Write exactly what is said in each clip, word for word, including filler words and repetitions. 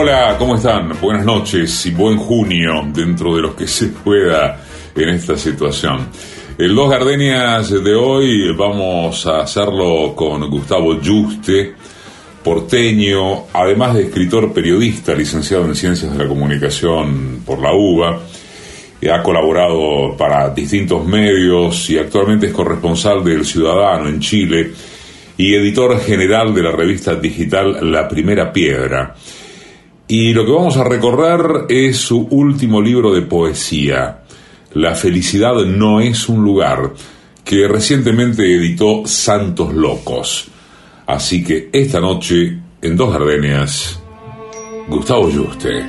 Hola, ¿cómo están? Buenas noches y buen junio dentro de lo que se pueda en esta situación. El Dos Gardenias de hoy vamos a hacerlo con Gustavo Yuste, porteño, además de escritor periodista, licenciado en Ciencias de la Comunicación por la UBA. Ha colaborado para distintos medios y actualmente es corresponsal del Ciudadano en Chile y editor general de la revista digital La Primera Piedra. Y lo que vamos a recorrer es su último libro de poesía, La felicidad no es un lugar, que recientemente editó Santos Locos. Así que esta noche, en Dos Gardenias, Gustavo Yuste.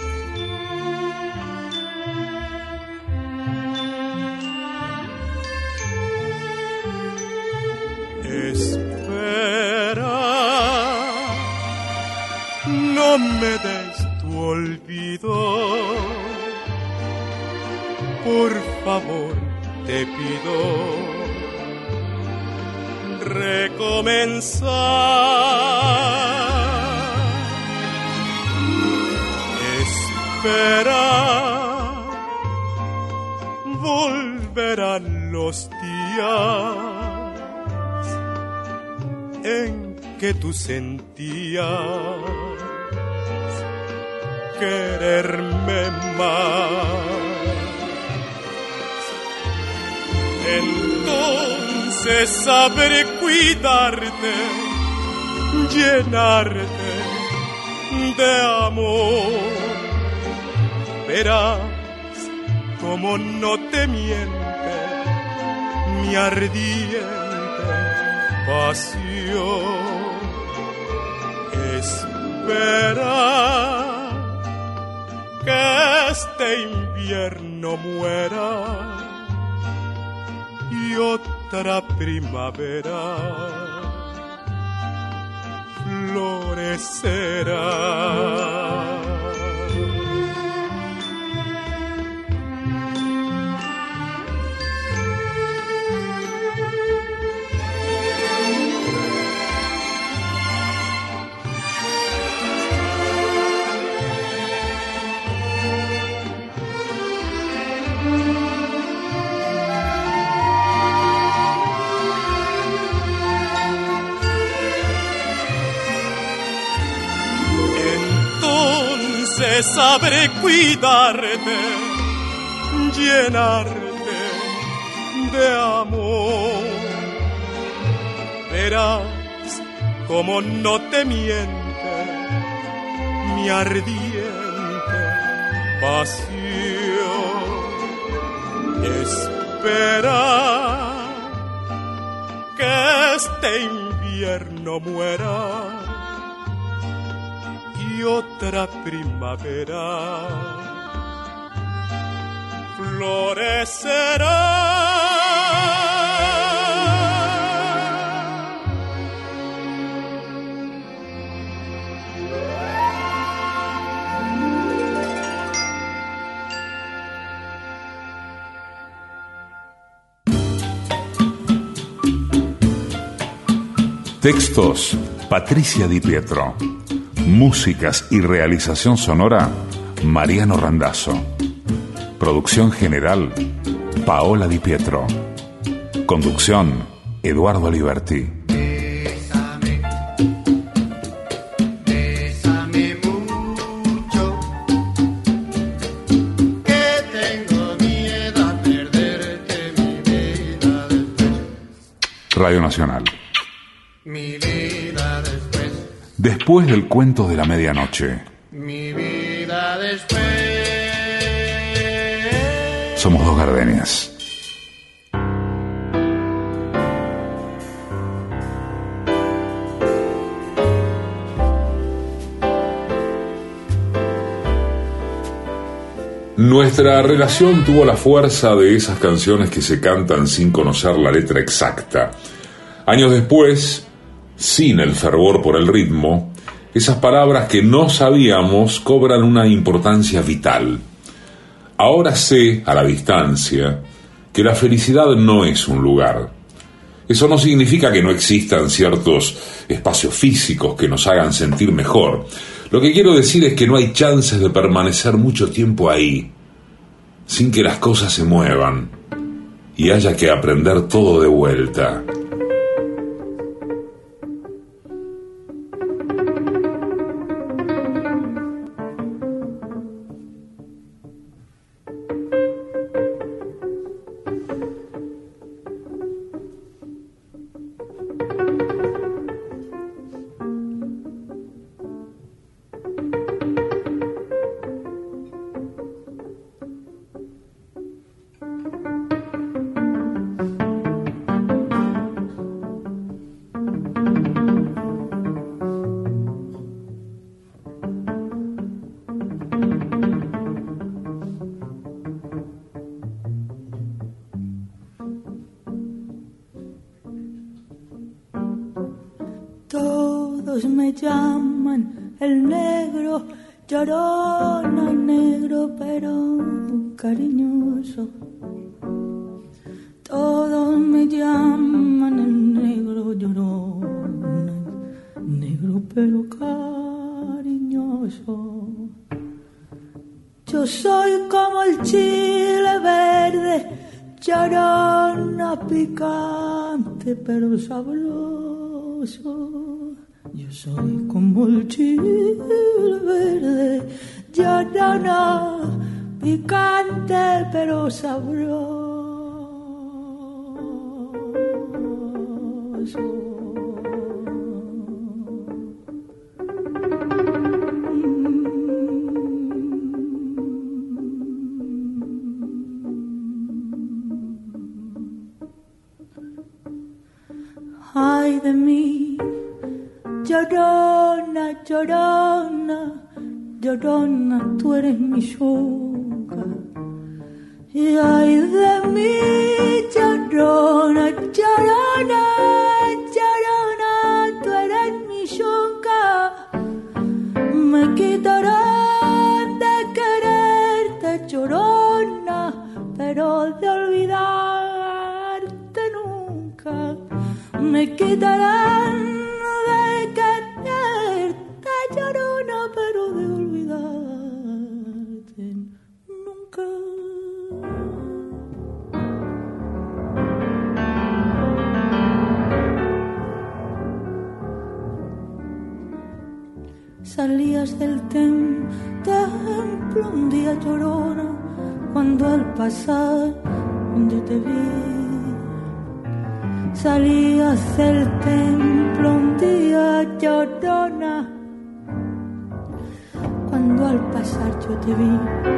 No me des tu olvido, por favor te pido recomenzar. Espera, volverán los días en que tú sentías quererme más. Entonces sabré cuidarte, llenarte de amor. Verás como no te miente mi ardiente pasión. Espera que este invierno muera y otra primavera florecerá. Sabré cuidarte, llenarte de amor. Verás como no te miente mi ardiente pasión. Espera que este invierno muera y otra primavera florecerá. Textos, Patricia Di Pietro. Músicas y realización sonora, Mariano Randazzo. Producción general, Paola Di Pietro. Conducción, Eduardo Aliberti. Bésame, bésame mucho, que tengo miedo a perderte mi vida después. Radio Nacional. Mi vida después. Después del cuento de la medianoche. Mi vida después. Somos Dos Gardenias. Nuestra relación tuvo la fuerza de esas canciones que se cantan sin conocer la letra exacta. Años después, sin el fervor por el ritmo, esas palabras que no sabíamos cobran una importancia vital. Ahora sé, a la distancia, que la felicidad no es un lugar. Eso no significa que no existan ciertos espacios físicos que nos hagan sentir mejor. Lo que quiero decir es que no hay chances de permanecer mucho tiempo ahí, sin que las cosas se muevan y haya que aprender todo de vuelta. Todos me llaman el negro, llorona, negro pero cariñoso. Todos me llaman el negro, llorona, negro pero cariñoso. Yo soy como el chile verde, llorona, picante pero sabroso. Yo soy como el chile verde, llorona, picante pero sabroso. Ay de mí, llorona, llorona, llorona, tú eres mi yuca. Y ay de mí, llorona, llorona, llorona, tú eres mi yuca. Me quitarán de quererte, llorona, pero de olvidarte nunca. Me quitarán de quererte, llorona, pero de olvidarte nunca. Salías del tem- templo un día, llorona, cuando al pasar yo te vi. Salías del templo un día, llorona, cuando al pasar yo te vi.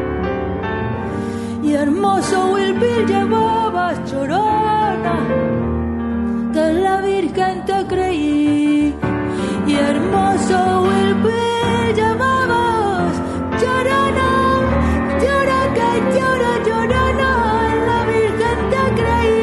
Y hermoso Wilby llevabas, llorona, que en la Virgen te creí. Y hermoso Wilby llevabas, llorona, llora que llora, llorona, en la Virgen te creí.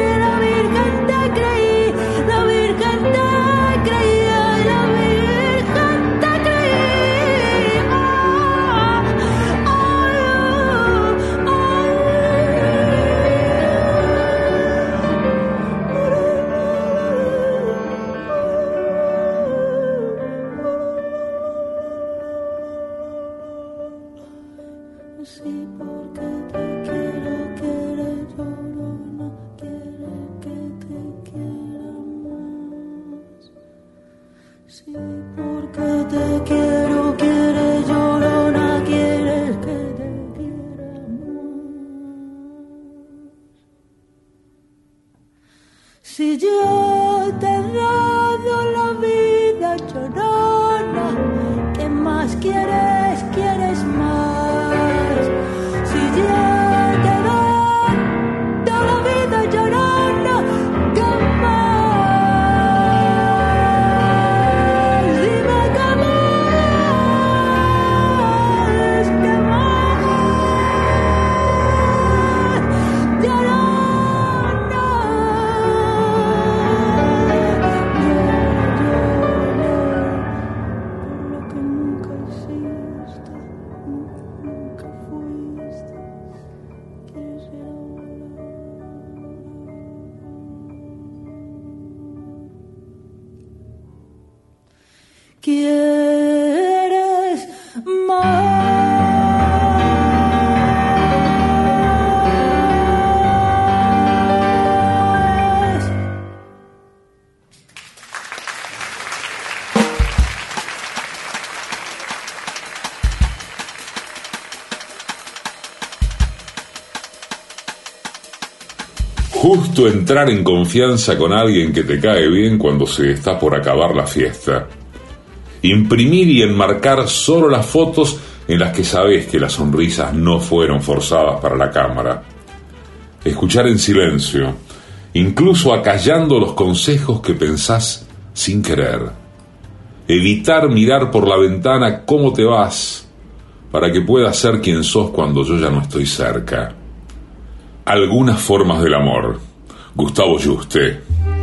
Si yo te he dado la vida, llorona, ¿qué más quieres? ¿Quieres más? Si yo te he dado la vida, llorona, ¿qué más? Dime qué más, qué más, llorona. quieres más. Justo entrar en confianza con alguien que te cae bien cuando se está por acabar la fiesta. Imprimir y enmarcar solo las fotos en las que sabes que las sonrisas no fueron forzadas para la cámara. Escuchar en silencio, incluso acallando los consejos que pensás sin querer. Evitar mirar por la ventana cómo te vas, para que puedas ser quien sos cuando yo ya no estoy cerca. Algunas formas del amor. Gustavo Yuste.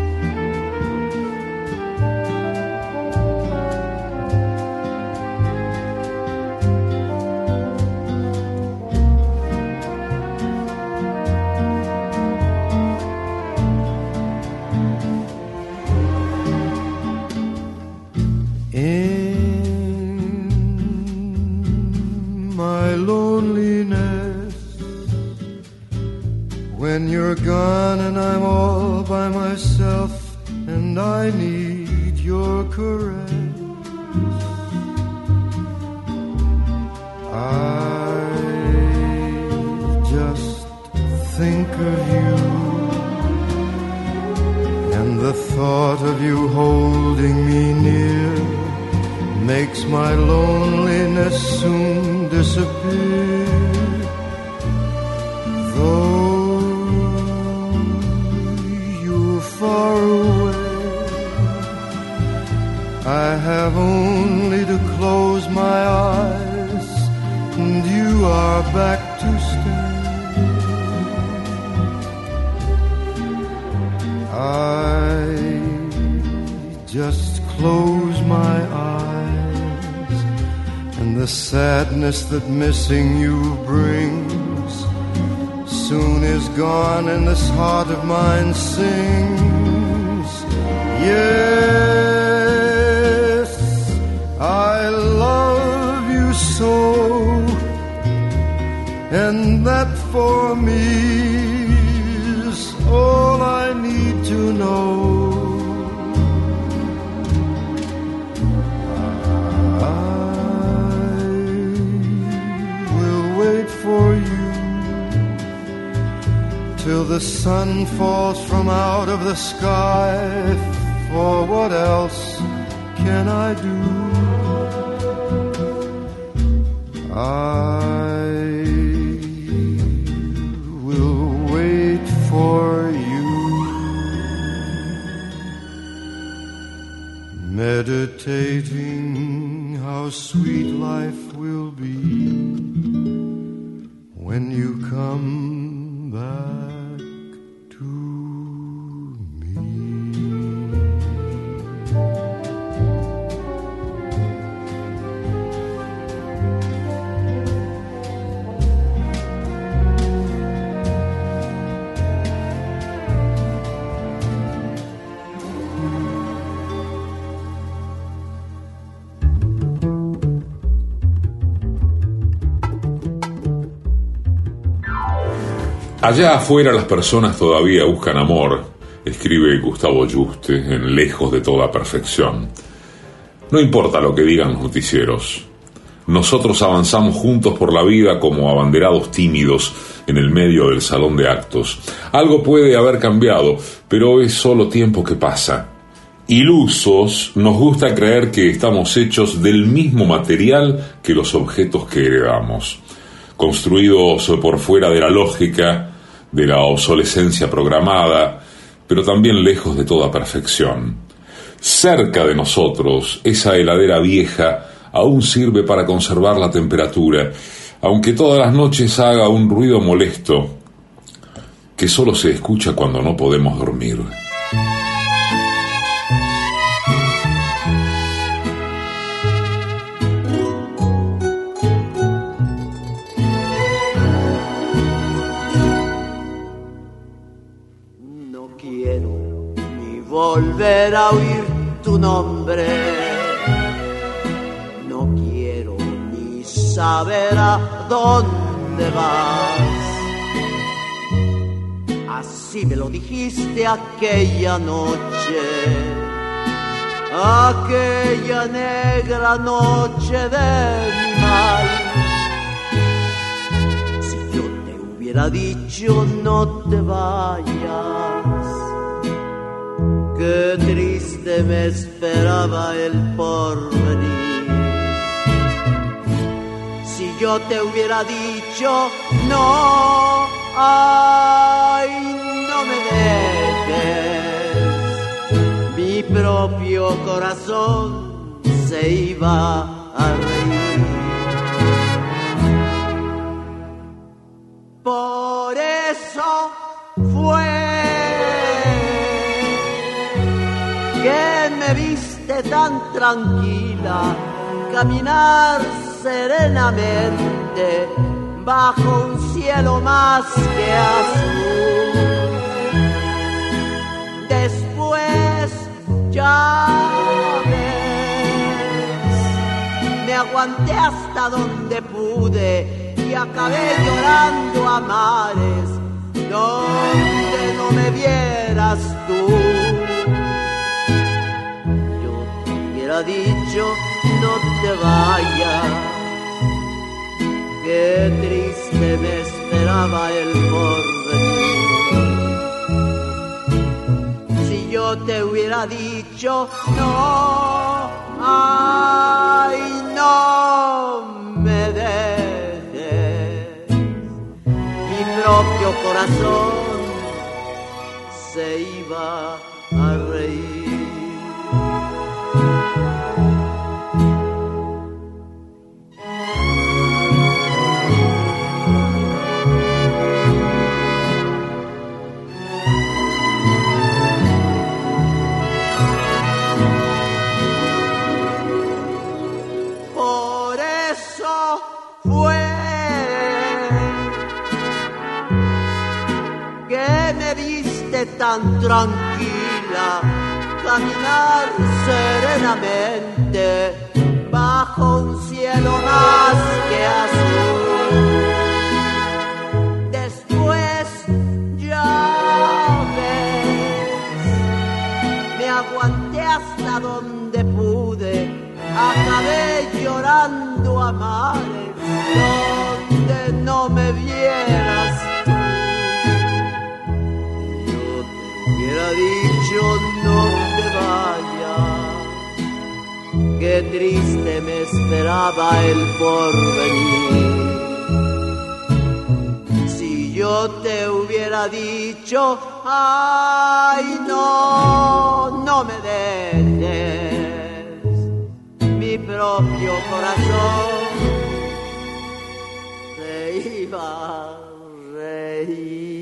That missing you brings soon is gone, and this heart of mine sings. Yes, I love you so, and that for me is all I need to know. For you till the sun falls from out of the sky, for what else can I do? I will wait for you, meditating how sweet life will be when you come back to me. Allá afuera las personas todavía buscan amor, escribe Gustavo Yuste en Lejos de toda perfección. No importa lo que digan los noticieros. Nosotros avanzamos juntos por la vida como abanderados tímidos en el medio del salón de actos. Algo puede haber cambiado, pero es solo tiempo que pasa. Ilusos, nos gusta creer que estamos hechos del mismo material que los objetos que heredamos, construidos por fuera de la lógica, de la obsolescencia programada, pero también lejos de toda perfección. Cerca de nosotros, esa heladera vieja aún sirve para conservar la temperatura, aunque todas las noches haga un ruido molesto que solo se escucha cuando no podemos dormir. Volver a oír tu nombre saber a dónde vas. Así me lo dijiste aquella noche, aquella negra noche de mi mal. Si yo te hubiera dicho no te vayas, qué triste me esperaba el porvenir. Si yo te hubiera dicho no, ay, no me dejes, mi propio corazón se iba a reír. Por eso fue que me viste tan tranquila, caminar serenamente bajo un cielo más que azul. Después ya ves, me aguanté hasta donde pude y acabé llorando a mares donde no me vieras tú. Yo te hubiera dicho no te vayas, qué triste me esperaba el porvenir. Si yo te hubiera dicho no, ay, no me dejes, mi propio corazón se iba a reír. Tan tranquila, caminar serenamente bajo un cielo más que azul. Después ya ves, me aguanté hasta donde pude, acabé llorando a mares donde no me vieras. Hubiera dicho no te vayas, qué triste me esperaba el porvenir. Si yo te hubiera dicho ay no, no me dejes, mi propio corazón se iba a reír.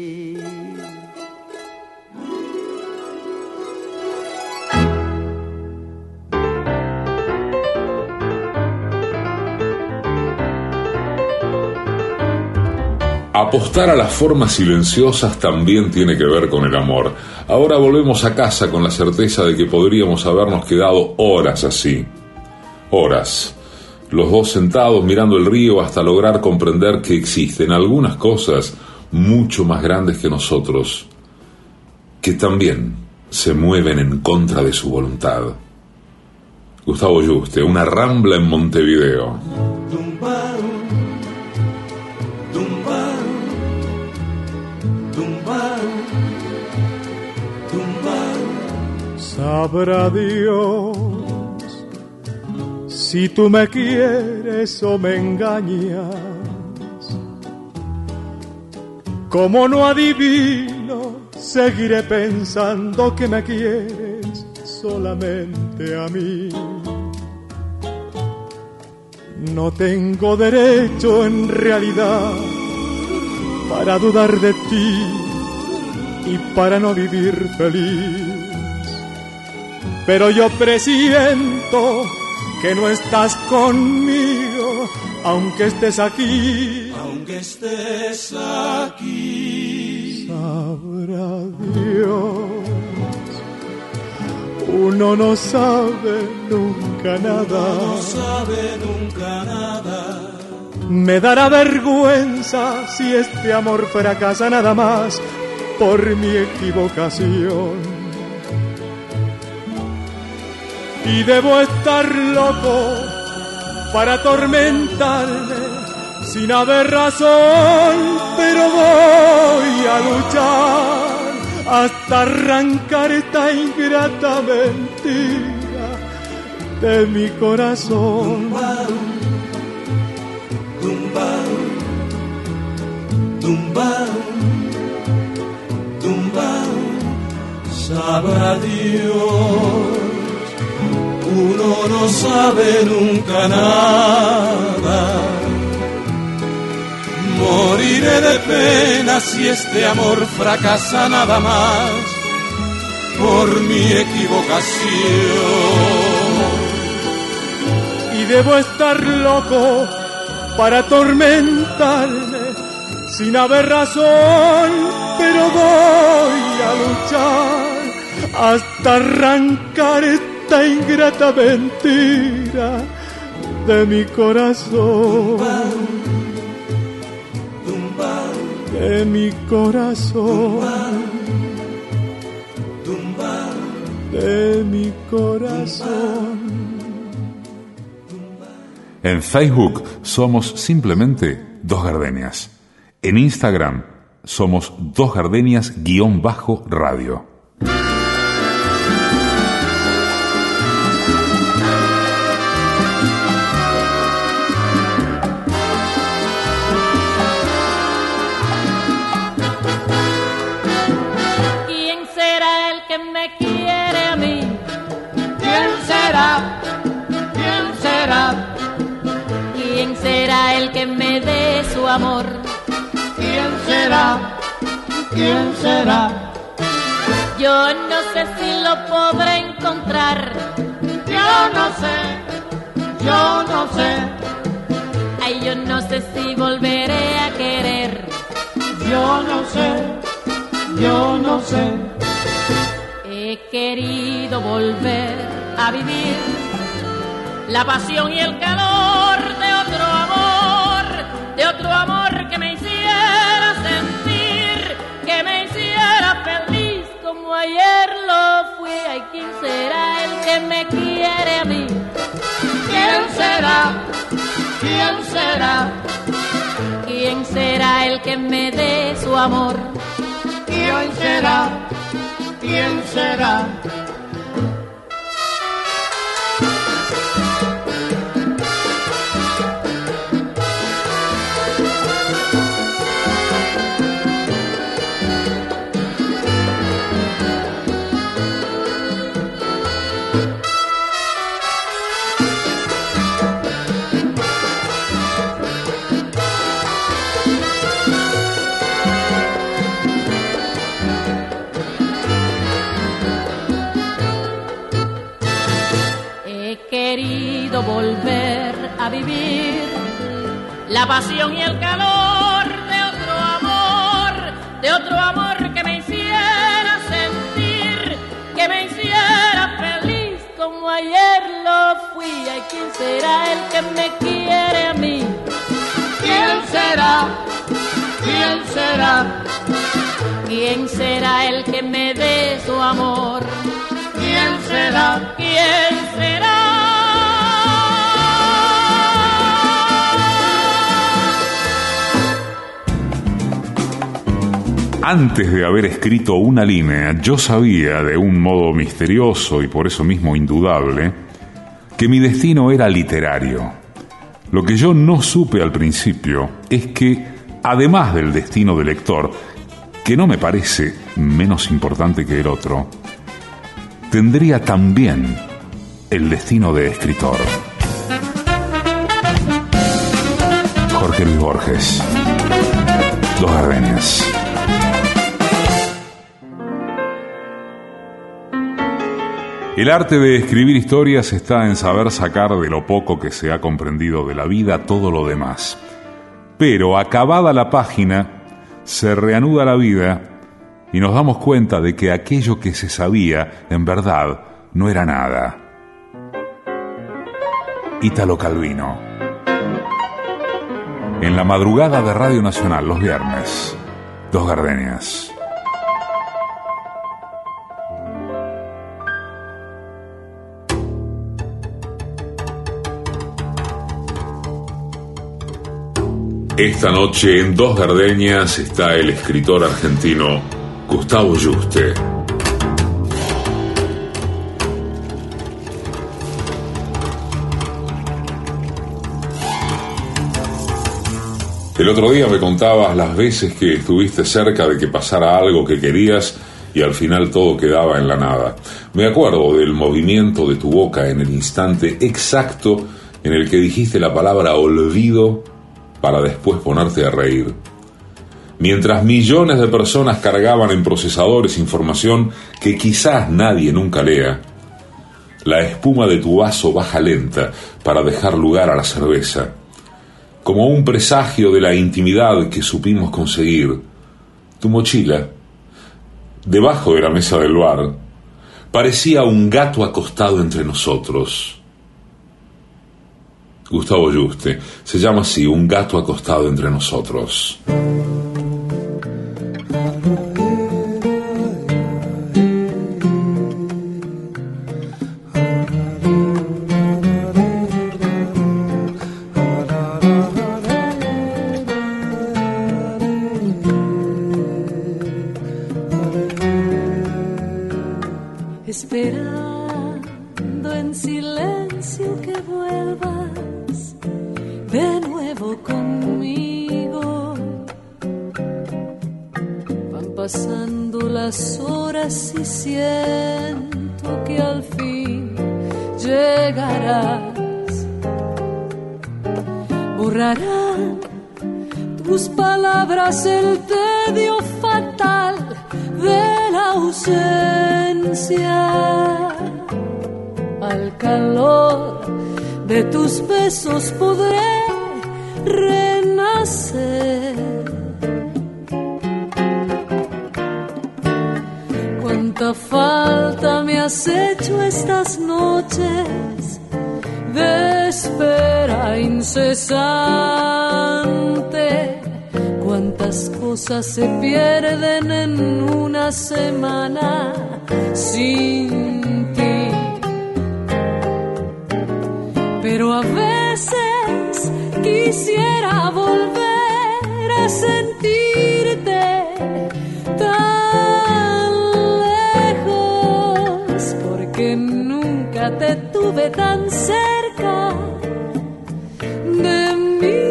Apostar a las formas silenciosas también tiene que ver con el amor. Ahora volvemos a casa con la certeza de que podríamos habernos quedado horas así. Horas. Los dos sentados mirando el río hasta lograr comprender que existen algunas cosas mucho más grandes que nosotros, que también se mueven en contra de su voluntad. Gustavo Yuste, Una rambla en Montevideo. Sabrá Dios si tú me quieres o me engañas. Como no adivino, seguiré pensando que me quieres solamente a mí. No tengo derecho en realidad para dudar de ti y para no vivir feliz. Pero yo presiento que no estás conmigo, aunque estés aquí. Aunque estés aquí. Sabrá Dios, uno no sabe nunca nada. Uno no sabe nunca nada. Me dará vergüenza si este amor fracasa nada más por mi equivocación. Y debo estar loco para atormentarme sin haber razón, pero voy a luchar hasta arrancar esta ingrata mentira de mi corazón. Tumbao, tumbao, tumbao, sabrá Dios. Uno no sabe nunca nada. Moriré de pena si este amor fracasa nada más por mi equivocación. Y debo estar loco para atormentarme sin haber razón, pero voy a luchar hasta arrancar esta ingrata mentira de mi corazón, de mi corazón, de mi corazón. En Facebook somos simplemente Dos Gardenias. En Instagram somos Dos Gardenias guión bajo radio. ¿Quién será el que me quiere a mí? ¿Quién será? ¿Quién será? ¿Quién será el que me dé su amor? ¿Quién será? ¿Quién será? Yo no sé si lo podré encontrar. Yo no sé, yo no sé. Ay, yo no sé si volveré a querer. Yo no sé, yo no sé. He querido volver a vivir la pasión y el calor de otro amor, de otro amor que me hiciera sentir, que me hiciera feliz como ayer lo fui. Ay, ¿quién será el que me quiere a mí? ¿Quién será? ¿Quién será? ¿Quién será el que me dé su amor? ¿Quién será? ¿Quién será? Volver a vivir la pasión y el calor de otro amor, de otro amor que me hiciera sentir, que me hiciera feliz como ayer lo fui. Ay, ¿quién será el que me quiere a mí? ¿Quién será? ¿Quién será? ¿Quién será el que me dé su amor? ¿Quién será? ¿Quién será? Antes de haber escrito una línea, yo sabía de un modo misterioso y por eso mismo indudable que mi destino era literario. Lo que yo no supe al principio es que, además del destino de lector, que no me parece menos importante que el otro, tendría también el destino de escritor. Jorge Luis Borges, Dos Gardenias. El arte de escribir historias está en saber sacar de lo poco que se ha comprendido de la vida todo lo demás. Pero acabada la página, se reanuda la vida y nos damos cuenta de que aquello que se sabía, en verdad, no era nada. Italo Calvino. En la madrugada de Radio Nacional, los viernes, Dos Gardenias. Esta noche en Dos Gardenias está el escritor argentino Gustavo Yuste. El otro día me contabas las veces que estuviste cerca de que pasara algo que querías y al final todo quedaba en la nada. Me acuerdo del movimiento de tu boca en el instante exacto en el que dijiste la palabra olvido para después ponerte a reír. Mientras millones de personas cargaban en procesadores información que quizás nadie nunca lea, la espuma de tu vaso baja lenta para dejar lugar a la cerveza. Como un presagio de la intimidad que supimos conseguir, tu mochila, debajo de la mesa del bar, parecía un gato acostado entre nosotros. Gustavo Yuste, se llama así, un gato acostado entre nosotros. Esperando en silencio que vuelvas de nuevo conmigo. Van pasando las horas y siento que al fin llegarás. Borrarán tus palabras el tedio fatal de la ausencia. Al calor de tus besos podré renacer. Cuánta falta me has hecho estas noches de espera incesante. Cuántas cosas se pierden en una semana sin ti. Pero a veces quisiera volver a sentirte tan lejos, porque nunca te tuve tan cerca de mí.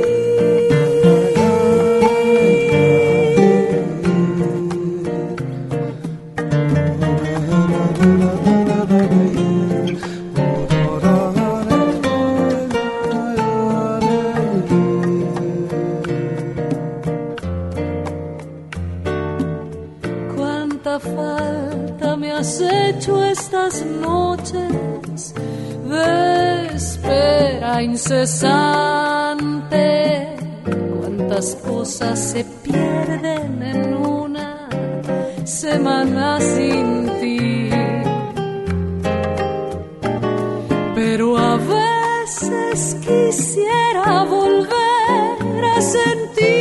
Falta me has hecho estas noches de espera incesante. Cuántas cosas se pierden en una semana sin ti. Pero a veces quisiera volver a sentirte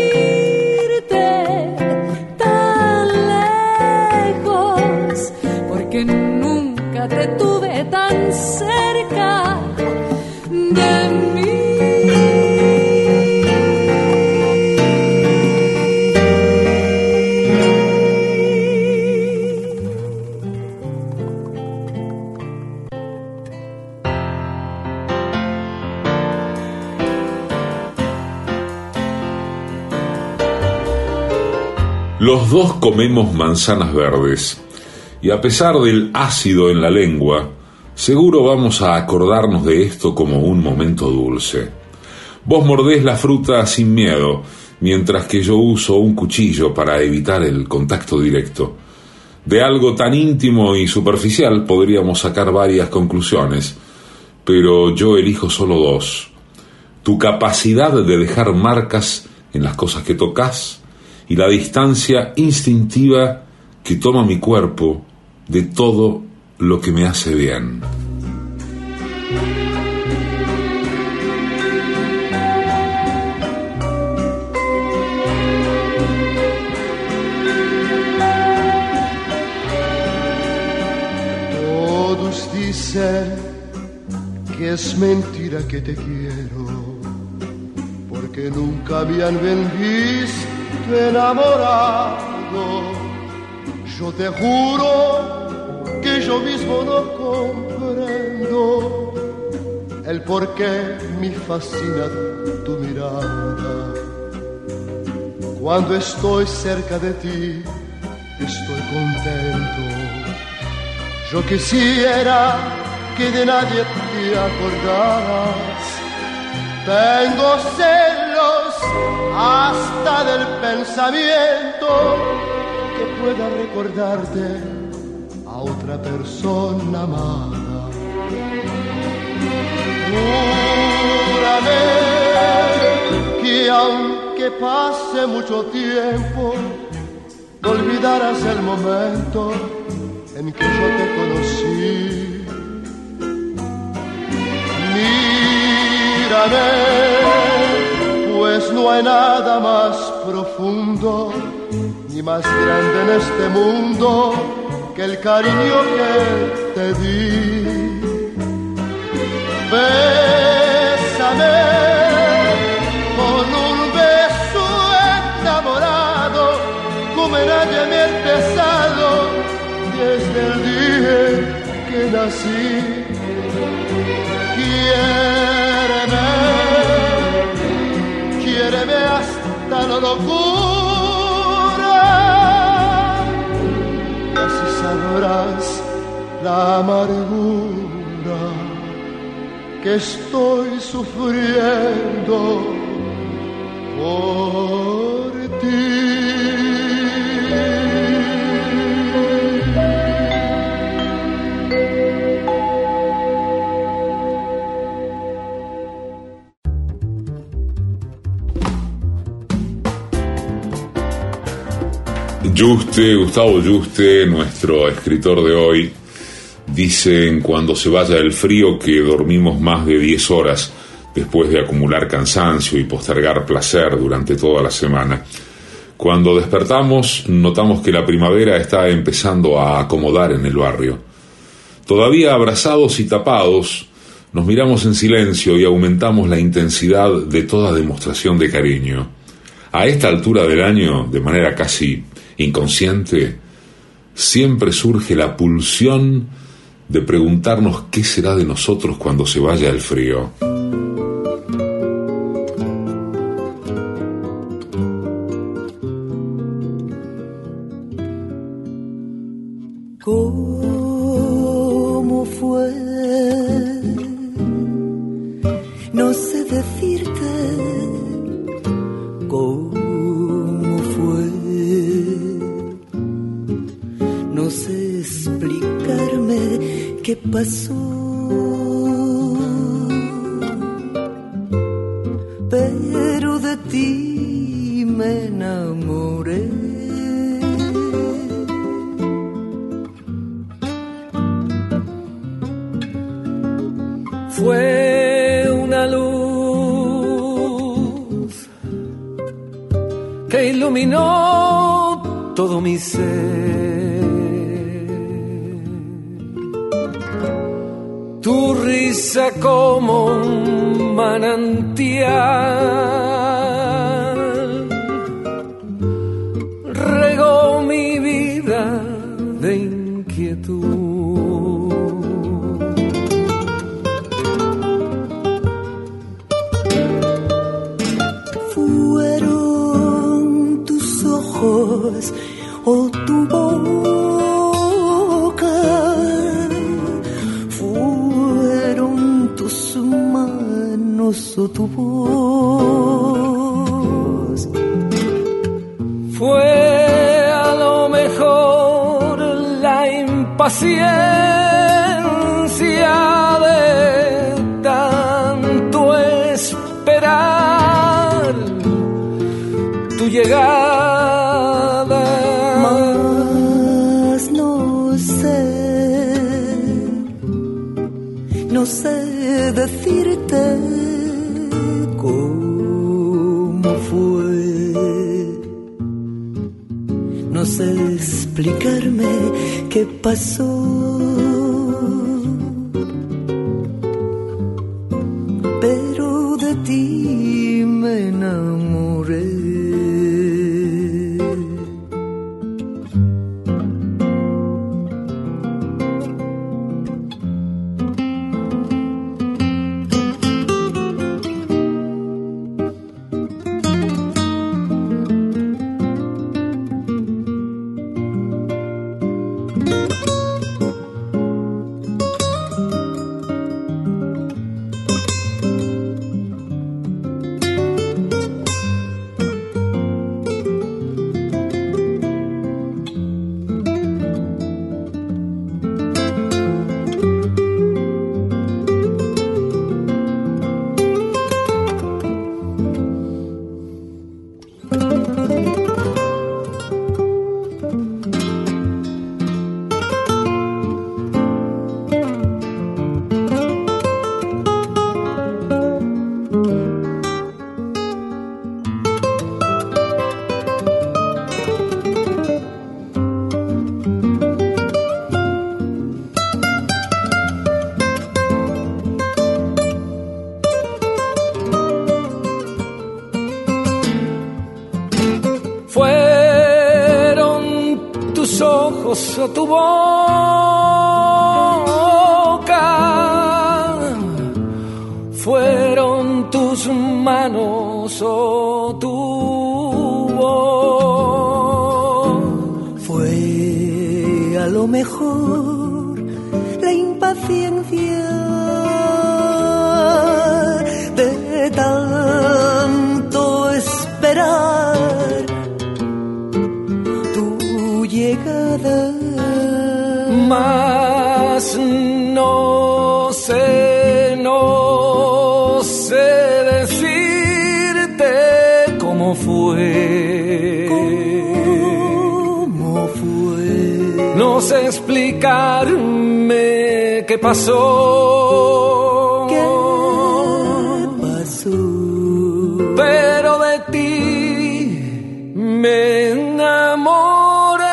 que nunca te tuve tan cerca de mí. Los dos comemos manzanas verdes. Y a pesar del ácido en la lengua, seguro vamos a acordarnos de esto como un momento dulce. Vos mordés la fruta sin miedo, mientras que yo uso un cuchillo para evitar el contacto directo. De algo tan íntimo y superficial podríamos sacar varias conclusiones, pero yo elijo solo dos. Tu capacidad de dejar marcas en las cosas que tocas y la distancia instintiva que toma mi cuerpo de todo lo que me hace bien. todos dicen que es mentira que te quiero, porque nunca me han visto enamorado. Yo te juro que yo mismo no comprendo el por qué me fascina tu mirada. Cuando estoy cerca de ti, estoy contento. Yo quisiera que de nadie te acordaras. Tengo celos hasta del pensamiento que pueda recordarte a otra persona amada. Júrame que aunque pase mucho tiempo, no olvidarás el momento en que yo te conocí. Mírame, pues no hay nada más profundo ni más grande en este mundo que el cariño que te di. Bésame con un beso enamorado, como nadie me ha empezado desde el día que nací. Quiéreme, quiéreme hasta la locura, y así sabrás la amargura que estoy sufriendo por ti. Yuste, Gustavo Yuste, nuestro escritor de hoy, dicen cuando se vaya el frío que dormimos más de diez horas después de acumular cansancio y postergar placer durante toda la semana. Cuando despertamos notamos que la primavera está empezando a acomodar en el barrio. Todavía abrazados y tapados, nos miramos en silencio y aumentamos la intensidad de toda demostración de cariño. A esta altura del año, de manera casi inconsciente, siempre surge la pulsión de preguntarnos qué será de nosotros cuando se vaya el frío. ¿Cómo fue? No sé decirte cómo fue. No sé explicarme qué pasó, pero de ti me enamoré. Fue una luz que iluminó todo mi ser. Tu risa como un manantial regó mi vida de inquietud. Fueron tus ojos o tu boca, fueron tus manos o tu voz. Fue a lo mejor la impaciencia de tanto esperar tu llegada. Mas no sé, no sé decirte cómo fue. No sé explicarme qué pasó, ojos o tu boca, fueron tus manos o tu voz. Fue a lo mejor la impaciencia de tanto esperar tu llegada. Mas no sé, no sé decirte cómo fue. ¿Cómo fue? No sé explicarme qué pasó. ¿Qué pasó? Pero de ti me enamoré.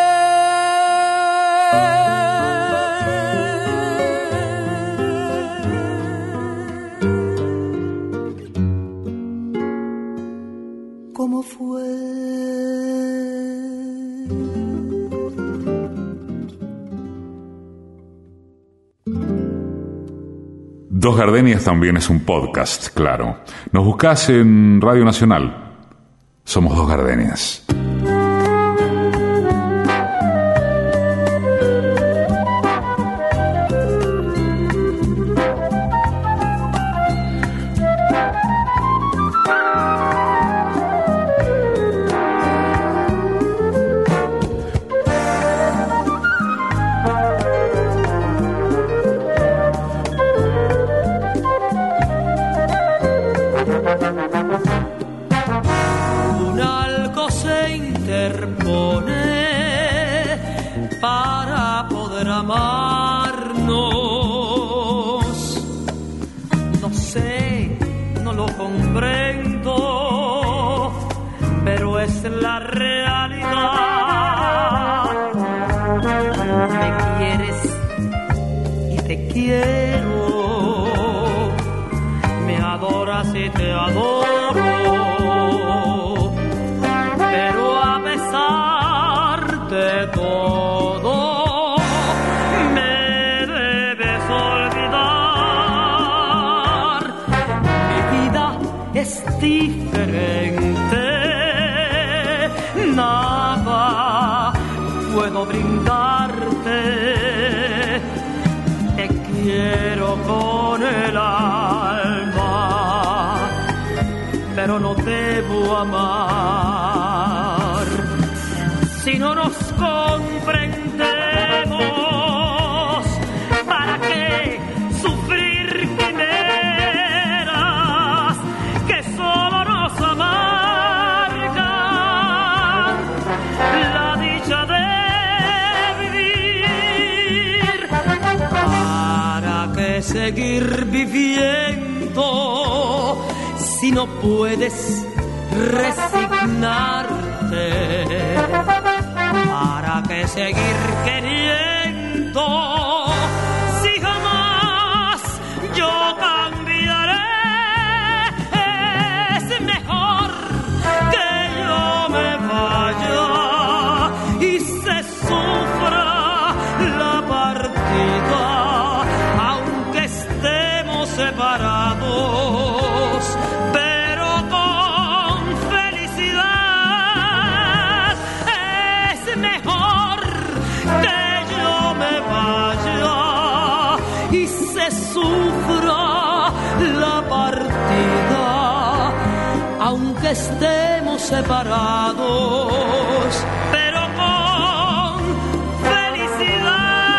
¿Cómo fue? Dos Gardenias también es un podcast, claro. Nos buscás en Radio Nacional. Somos Dos Gardenias. Un algo se interpone para poder amarnos. No sé, no lo comprendo, pero es la realidad. Me quieres y te quiero, me adoras y te adoro. Pero a pesar de todo, me debes olvidar. Mi vida es diferente, nada puedo brindarte. Te quiero con el alma, pero no debo amar. Si no nos comprendemos, ¿para qué sufrir quimeras que solo nos amargan la dicha de vivir? ¿Para qué seguir viviendo si no puedes resignarte? ¿Para qué seguir queriendo si jamás yo cambiaré? Es mejor que yo me vaya y se sufra la partida, aunque estemos separados, pero con felicidad. Es mejor que yo me vaya y se sufra la partida, aunque estemos separados, pero con felicidad.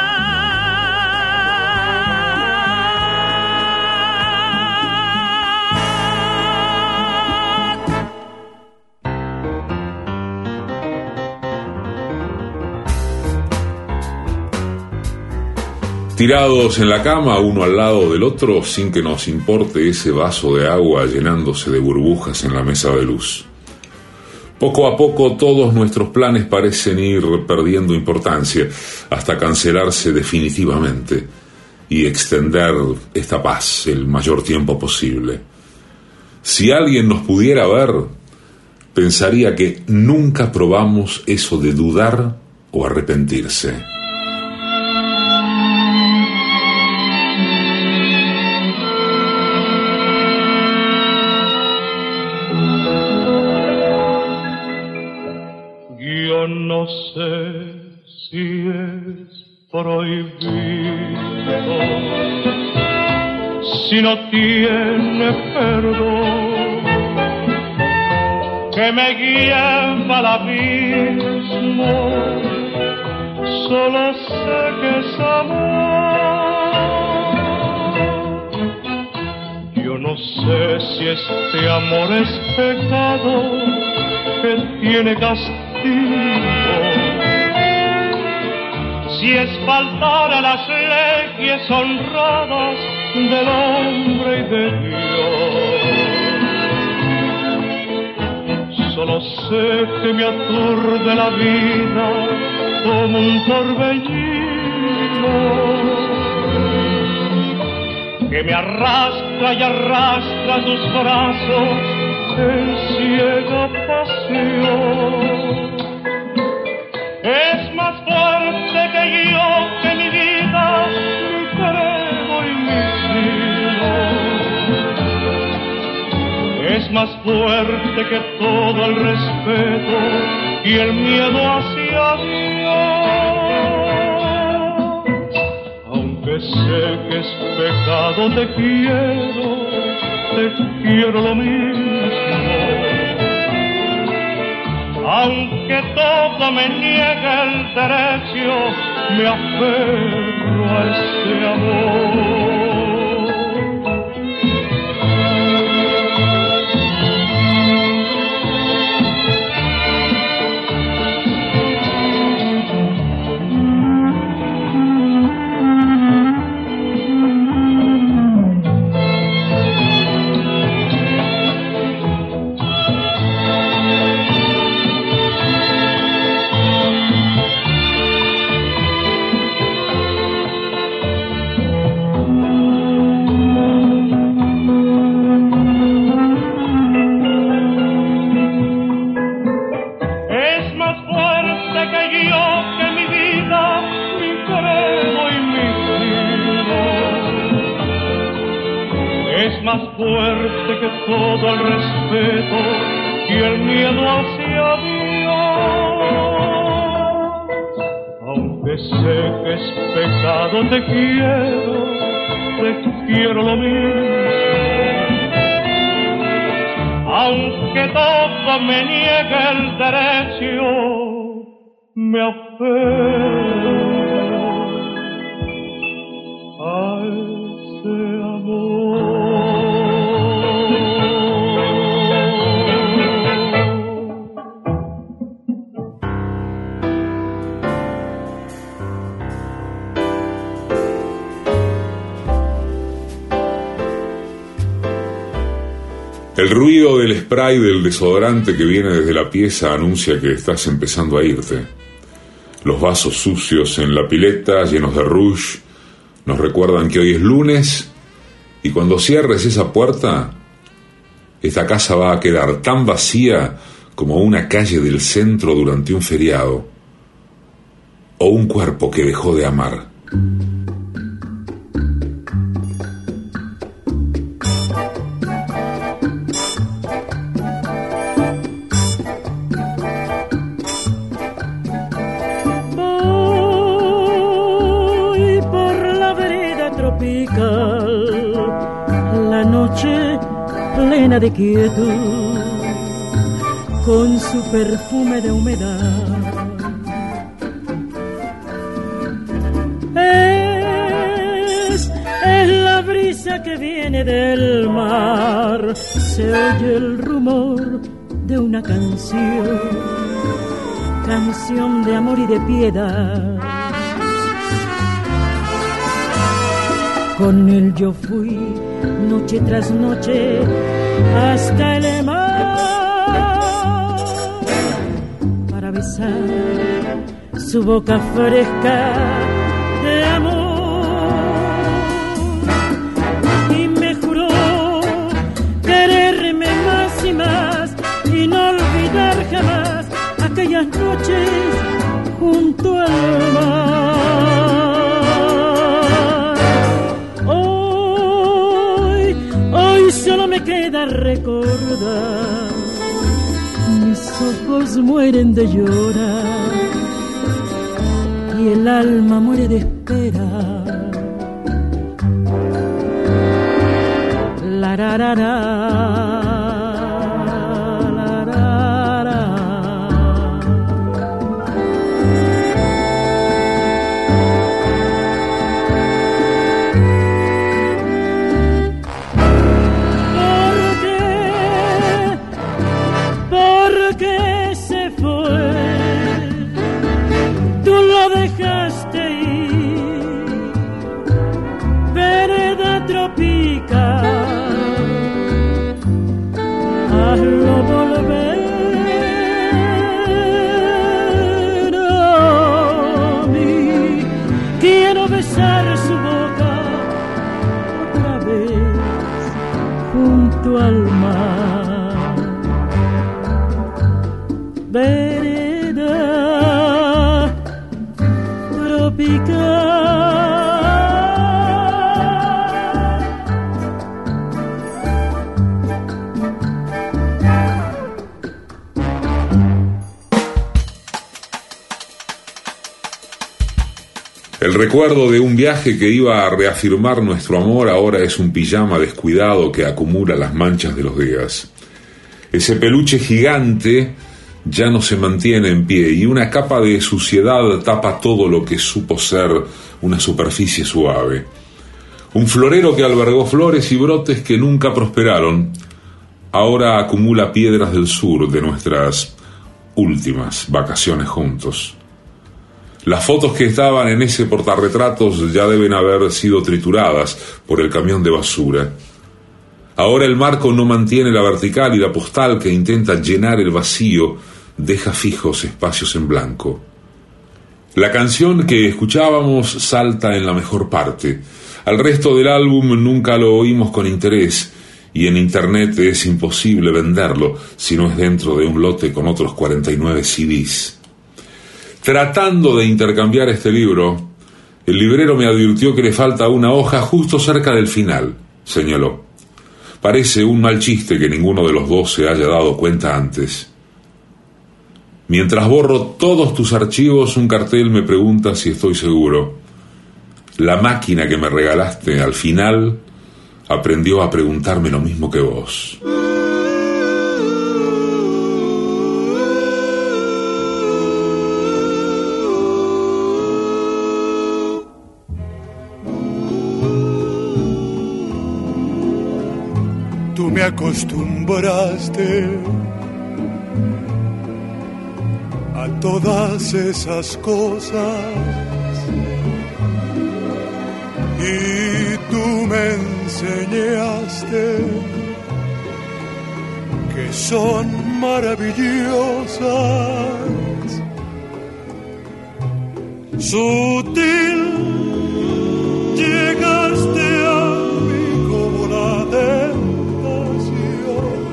Tirados en la cama, uno al lado del otro, sin que nos importe ese vaso de agua llenándose de burbujas en la mesa de luz. Poco a poco todos nuestros planes parecen ir perdiendo importancia hasta cancelarse definitivamente y extender esta paz el mayor tiempo posible. Si alguien nos pudiera ver, pensaría que nunca probamos eso de dudar o arrepentirse. Yo no sé si es prohibido, si no tiene perdón, que me lleva al abismo, solo sé que es amor. Yo no sé si este amor es pecado, que tiene castigo, si es faltar a las leyes honradas del hombre y de Dios. Solo sé que me aturde la vida como un torbellino, que me arrastra y arrastra tus brazos en ciega pasión. Es más fuerte que yo, que mi vida, mi credo y mi cielo. Es más fuerte que todo el respeto y el miedo hacia Dios. Aunque sé que es pecado, te quiero, te quiero lo mismo. Aunque todo me niegue el derecho, me aferro a ese amor. Fuerte que todo el respeto y el miedo hacia Dios. Aunque sé que es pecado, te quiero, te quiero lo mismo. Aunque todo me niegue el derecho, me aferro a ese amor. El ruido del spray del desodorante que viene desde la pieza anuncia que estás empezando a irte. Los vasos sucios en la pileta, llenos de rouge, nos recuerdan que hoy es lunes y cuando cierres esa puerta, esta casa va a quedar tan vacía como una calle del centro durante un feriado o un cuerpo que dejó de amar. La noche plena de quietud, con su perfume de humedad, es, es la brisa que viene del mar, se oye el rumor de una canción, canción de amor y de piedad. Con él yo fui noche tras noche hasta el mar para besar su boca fresca de amor, y me juró quererme más y más y no olvidar jamás aquellas noches junto queda recordar. Mis ojos mueren de llorar y el alma muere de esperar. La ra ra ra. Hazlo volver a mí. Quiero besar su boca otra vez junto al mar. Vereda tropical. El recuerdo de un viaje que iba a reafirmar nuestro amor ahora es un pijama descuidado que acumula las manchas de los días. Ese peluche gigante ya no se mantiene en pie y una capa de suciedad tapa todo lo que supo ser una superficie suave. Un florero que albergó flores y brotes que nunca prosperaron, ahora acumula piedras del sur de nuestras últimas vacaciones juntos. Las fotos que estaban en ese portarretratos ya deben haber sido trituradas por el camión de basura. Ahora el marco no mantiene la vertical y la postal que intenta llenar el vacío deja fijos espacios en blanco. La canción que escuchábamos salta en la mejor parte. Al resto del álbum nunca lo oímos con interés y en internet es imposible venderlo si no es dentro de un lote con otros cuarenta y nueve C Ds. Tratando de intercambiar este libro, el librero me advirtió que le falta una hoja justo cerca del final, señaló. Parece un mal chiste que ninguno de los dos se haya dado cuenta antes. Mientras borro todos tus archivos, un cartel me pregunta si estoy seguro. La máquina que me regalaste al final aprendió a preguntarme lo mismo que vos. Tú me acostumbraste a todas esas cosas y tú me enseñaste que son maravillosas. Sutil llegaste a mí como la tentación,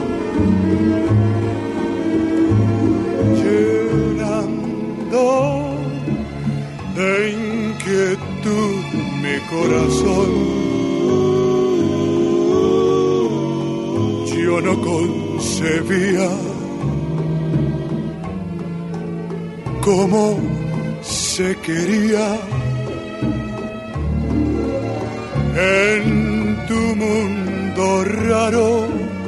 llenando de inquietud mi corazón. Yo no concebía cómo se quería en tu mundo raro,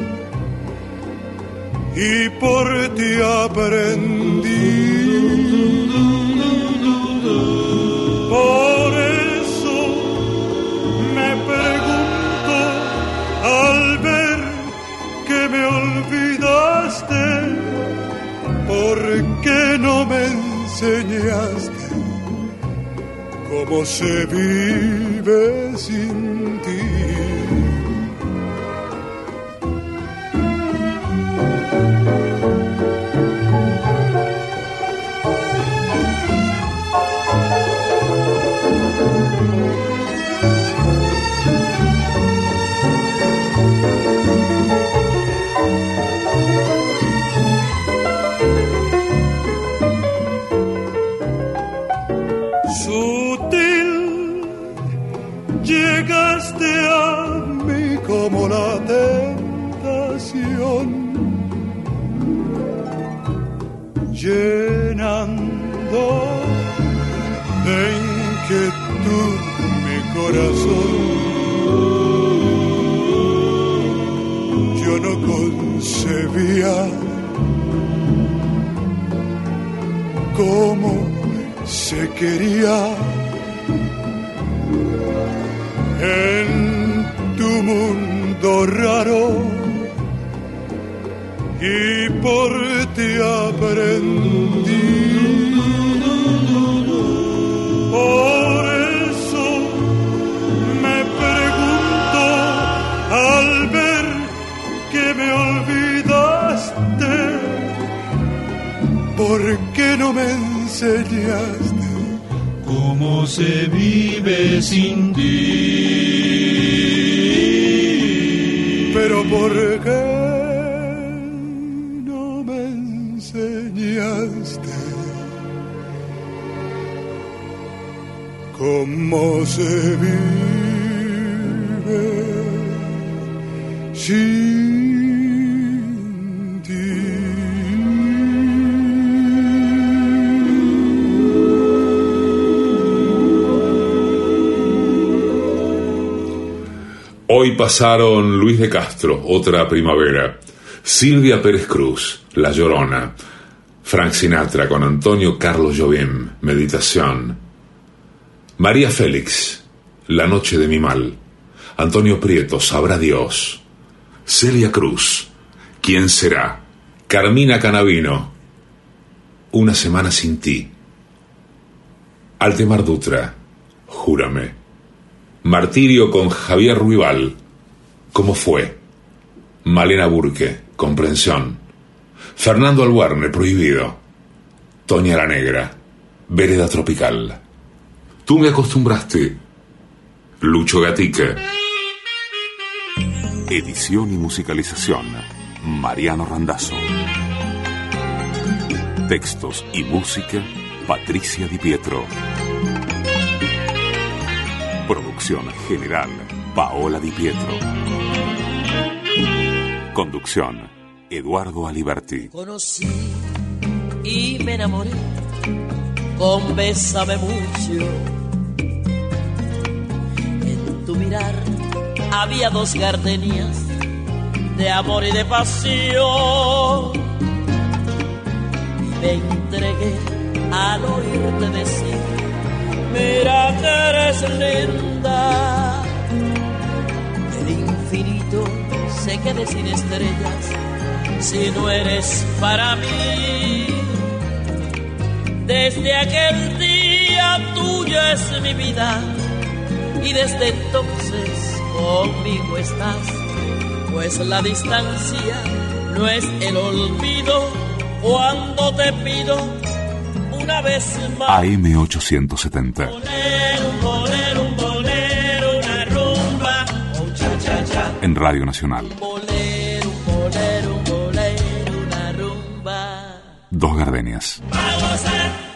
y por ti aprendí. Por eso me pregunto al ver que me olvidaste, ¿por qué no me enseñaste cómo se vive sin ti? Llegaste a mí como la tentación, pasión, llenando de inquietud mi corazón. Yo no concebía cómo se quería en tu mundo raro, y por ti aprendí. Por eso me pregunto al ver que me olvidaste, ¿por qué no me enseñaste cómo se vive sin ti? Pero ¿por qué no me enseñaste cómo se vive sin ti? Hoy pasaron Luis de Castro, Otra Primavera, Silvia Pérez Cruz, La Llorona, Frank Sinatra con Antonio Carlos Jobim, Meditación, María Félix, La Noche de mi Mal, Antonio Prieto, Sabrá Dios, Celia Cruz, ¿Quién será?, Carmina Canavino, Una semana sin ti, Altemar Dutra, Júrame, Martirio con Javier Ruibal, ¿Cómo fue?, Malena Burke, Comprensión, Fernando Albuerne, Prohibido, Toña la Negra, Vereda Tropical, Tú me acostumbraste, Lucho Gatica. Edición y musicalización, Mariano Randazzo. Textos y música, Patricia Di Pietro. Producción general, Paola Di Pietro. Conducción, Eduardo Aliberti. Conocí y me enamoré con Bésame mucho. En tu mirar había dos gardenias de amor y de pasión. Y me entregué al oírte decir: mira que eres linda. El infinito se quede sin estrellas si no eres para mí. Desde aquel día tuya es mi vida y desde entonces conmigo estás, pues la distancia no es el olvido cuando te pido una vez más. A M ochocientos setenta. Un bolero, un bolero, una rumba, un cha cha cha. En Radio Nacional. Un bolero, un bolero, un bolero, una rumba. Dos Gardenias. Vamos a